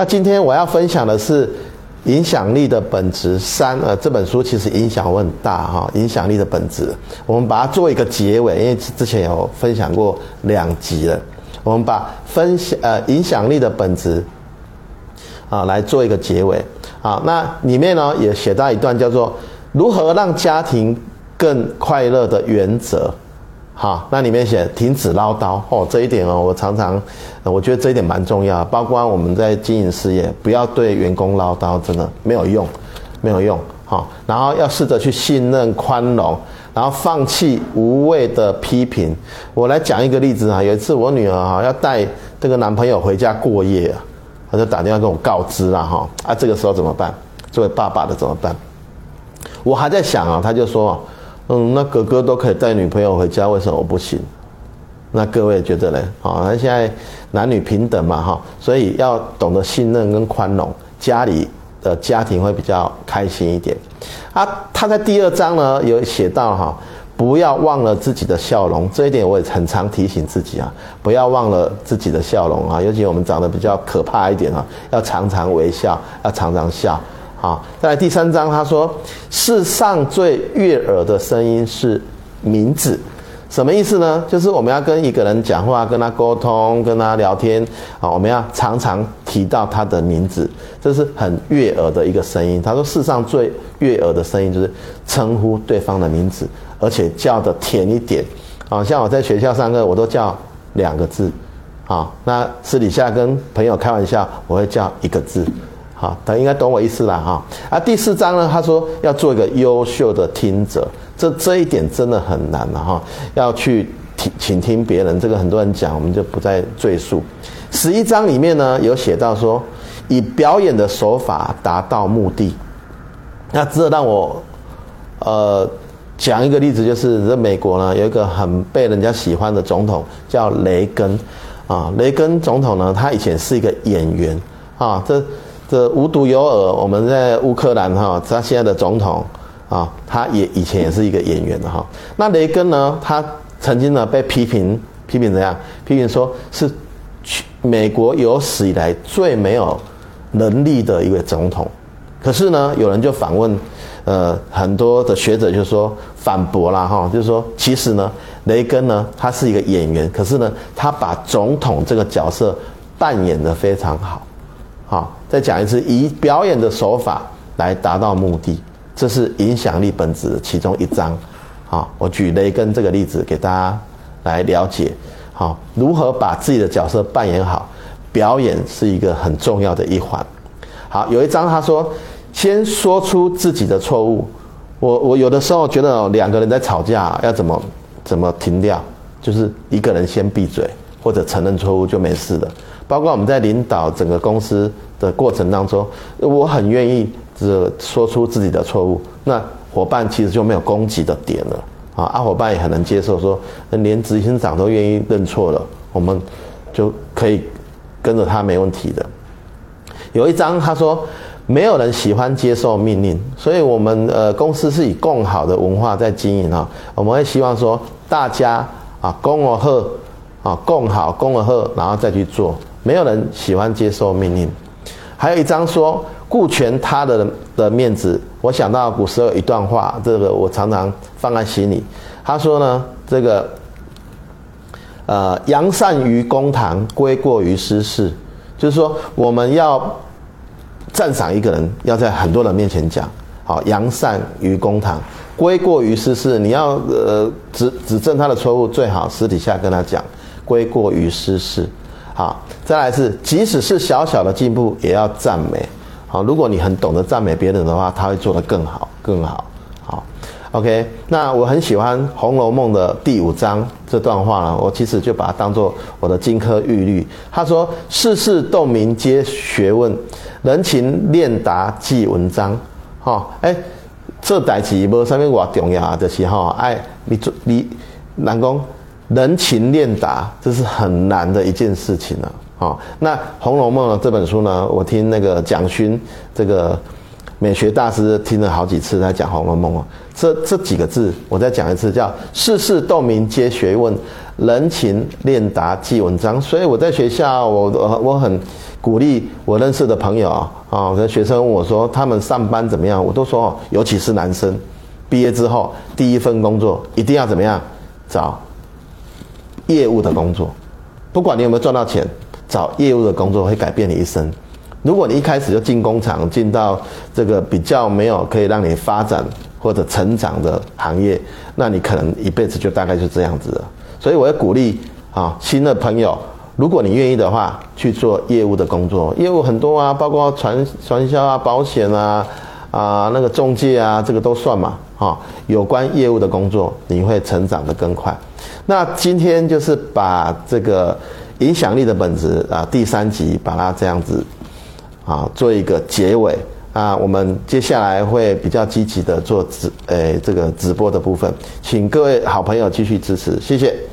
那今天我要分享的是影响力的本质3，这本书其实影响我很大哈，影响力的本质，我们把它做一个结尾，因为之前有分享过2集了，我们把影响力的本质来做一个结尾啊。那里面呢也写到一段叫做如何让家庭更快乐的原则。好，那里面写停止唠叨这一点我常常我觉得这一点蛮重要，包括我们在经营事业，不要对员工唠叨，真的没有用。然后要试着去信任、宽容，然后放弃无谓的批评。我来讲一个例子啊，有一次我女儿要带这个男朋友回家过夜她就打电话跟我告知啦这个时候怎么办？作为爸爸的怎么办？我还在想她就说那哥哥都可以带女朋友回家，为什么我不行？那各位觉得呢？那现在男女平等嘛所以要懂得信任跟宽容，家里的家庭会比较开心一点。他在第2章呢有写到不要忘了自己的笑容，这一点我也很常提醒自己不要忘了自己的笑容尤其我们长得比较可怕一点要常常微笑，要常常笑。再来第3章，他说世上最悦耳的声音是名字。什么意思呢？就是我们要跟一个人讲话，跟他沟通，跟他聊天我们要常常提到他的名字，这是很悦耳的一个声音。他说世上最悦耳的声音就是称呼对方的名字，而且叫的甜一点像我在学校上课我都叫2个字那私底下跟朋友开玩笑我会叫1个字他应该懂我意思啦第4章呢，他说要做一个优秀的听者，这一点真的很难要去倾听别人，这个很多人讲，我们就不再赘述。11章里面呢有写到说，以表演的手法达到目的。那这让我讲一个例子，就是在美国呢有一个很被人家喜欢的总统叫雷根雷根总统呢，他以前是一个演员这无独有偶，我们在乌克兰他现在的总统他以前也是一个演员的那雷根呢，他曾经呢被批评怎样？批评说是美国有史以来最没有能力的一位总统。可是呢，有人就反问，很多的学者就说反驳啦就是说其实呢，雷根呢他是一个演员，可是呢他把总统这个角色扮演得非常好。再讲一次，以表演的手法来达到目的，这是影响力本质的其中1章。我举雷根这个例子给大家来了解。如何把自己的角色扮演好，表演是一个很重要的一环。有一章他说，先说出自己的错误。我有的时候觉得2个人在吵架要怎么停掉，就是一个人先闭嘴，或者承认错误就没事了。包括我们在领导整个公司的过程当中，我很愿意说出自己的错误，那伙伴其实就没有攻击的点了伙伴也很能接受，说连执行长都愿意认错了，我们就可以跟着他没问题的。有一章他说，没有人喜欢接受命令，所以我们公司是以共好的文化在经营我们会希望说大家共而贺共好共而贺，然后再去做。没有人喜欢接受命令。还有一章说顾全他的面子，我想到古时候有一段话，这个我常常放在心里。他说呢，这个扬善于公堂，归过于私事，就是说我们要赞赏一个人，要在很多人面前讲，扬善于公堂，归过于私事，你要指正他的错误，最好私底下跟他讲，归过于私事。再来是即使是小小的进步也要赞美。如果你很懂得赞美别人的话，他会做得更好。OK， 那我很喜欢《红楼梦》的第5章这段话呢，我其实就把它当作我的金科玉律。他说：世事洞明皆学问，人情练达即文章。这代志没什么多重要就是你人讲人情练达，这是很难的一件事情那《红楼梦》这本书呢，我听那个蒋勋这个美学大师听了好几次在讲《红楼梦》这几个字我再讲一次，叫世事洞明皆学问，人情练达即文章。所以我在学校我很鼓励我认识的朋友啊，跟学生问我说他们上班怎么样，我都说尤其是男生，毕业之后第一份工作一定要怎么样，找业务的工作，不管你有没有赚到钱，找业务的工作会改变你一生。如果你一开始就进工厂，进到这个比较没有可以让你发展或者成长的行业，那你可能一辈子就大概就这样子了。所以我要鼓励新的朋友，如果你愿意的话，去做业务的工作。业务很多啊，包括传销啊、保险啊、那个中介啊，这个都算嘛。有关业务的工作，你会成长得更快。那今天就是把这个影响力的本质第3集把它这样子做一个结尾。我们接下来会比较积极的做这个直播的部分，请各位好朋友继续支持，谢谢。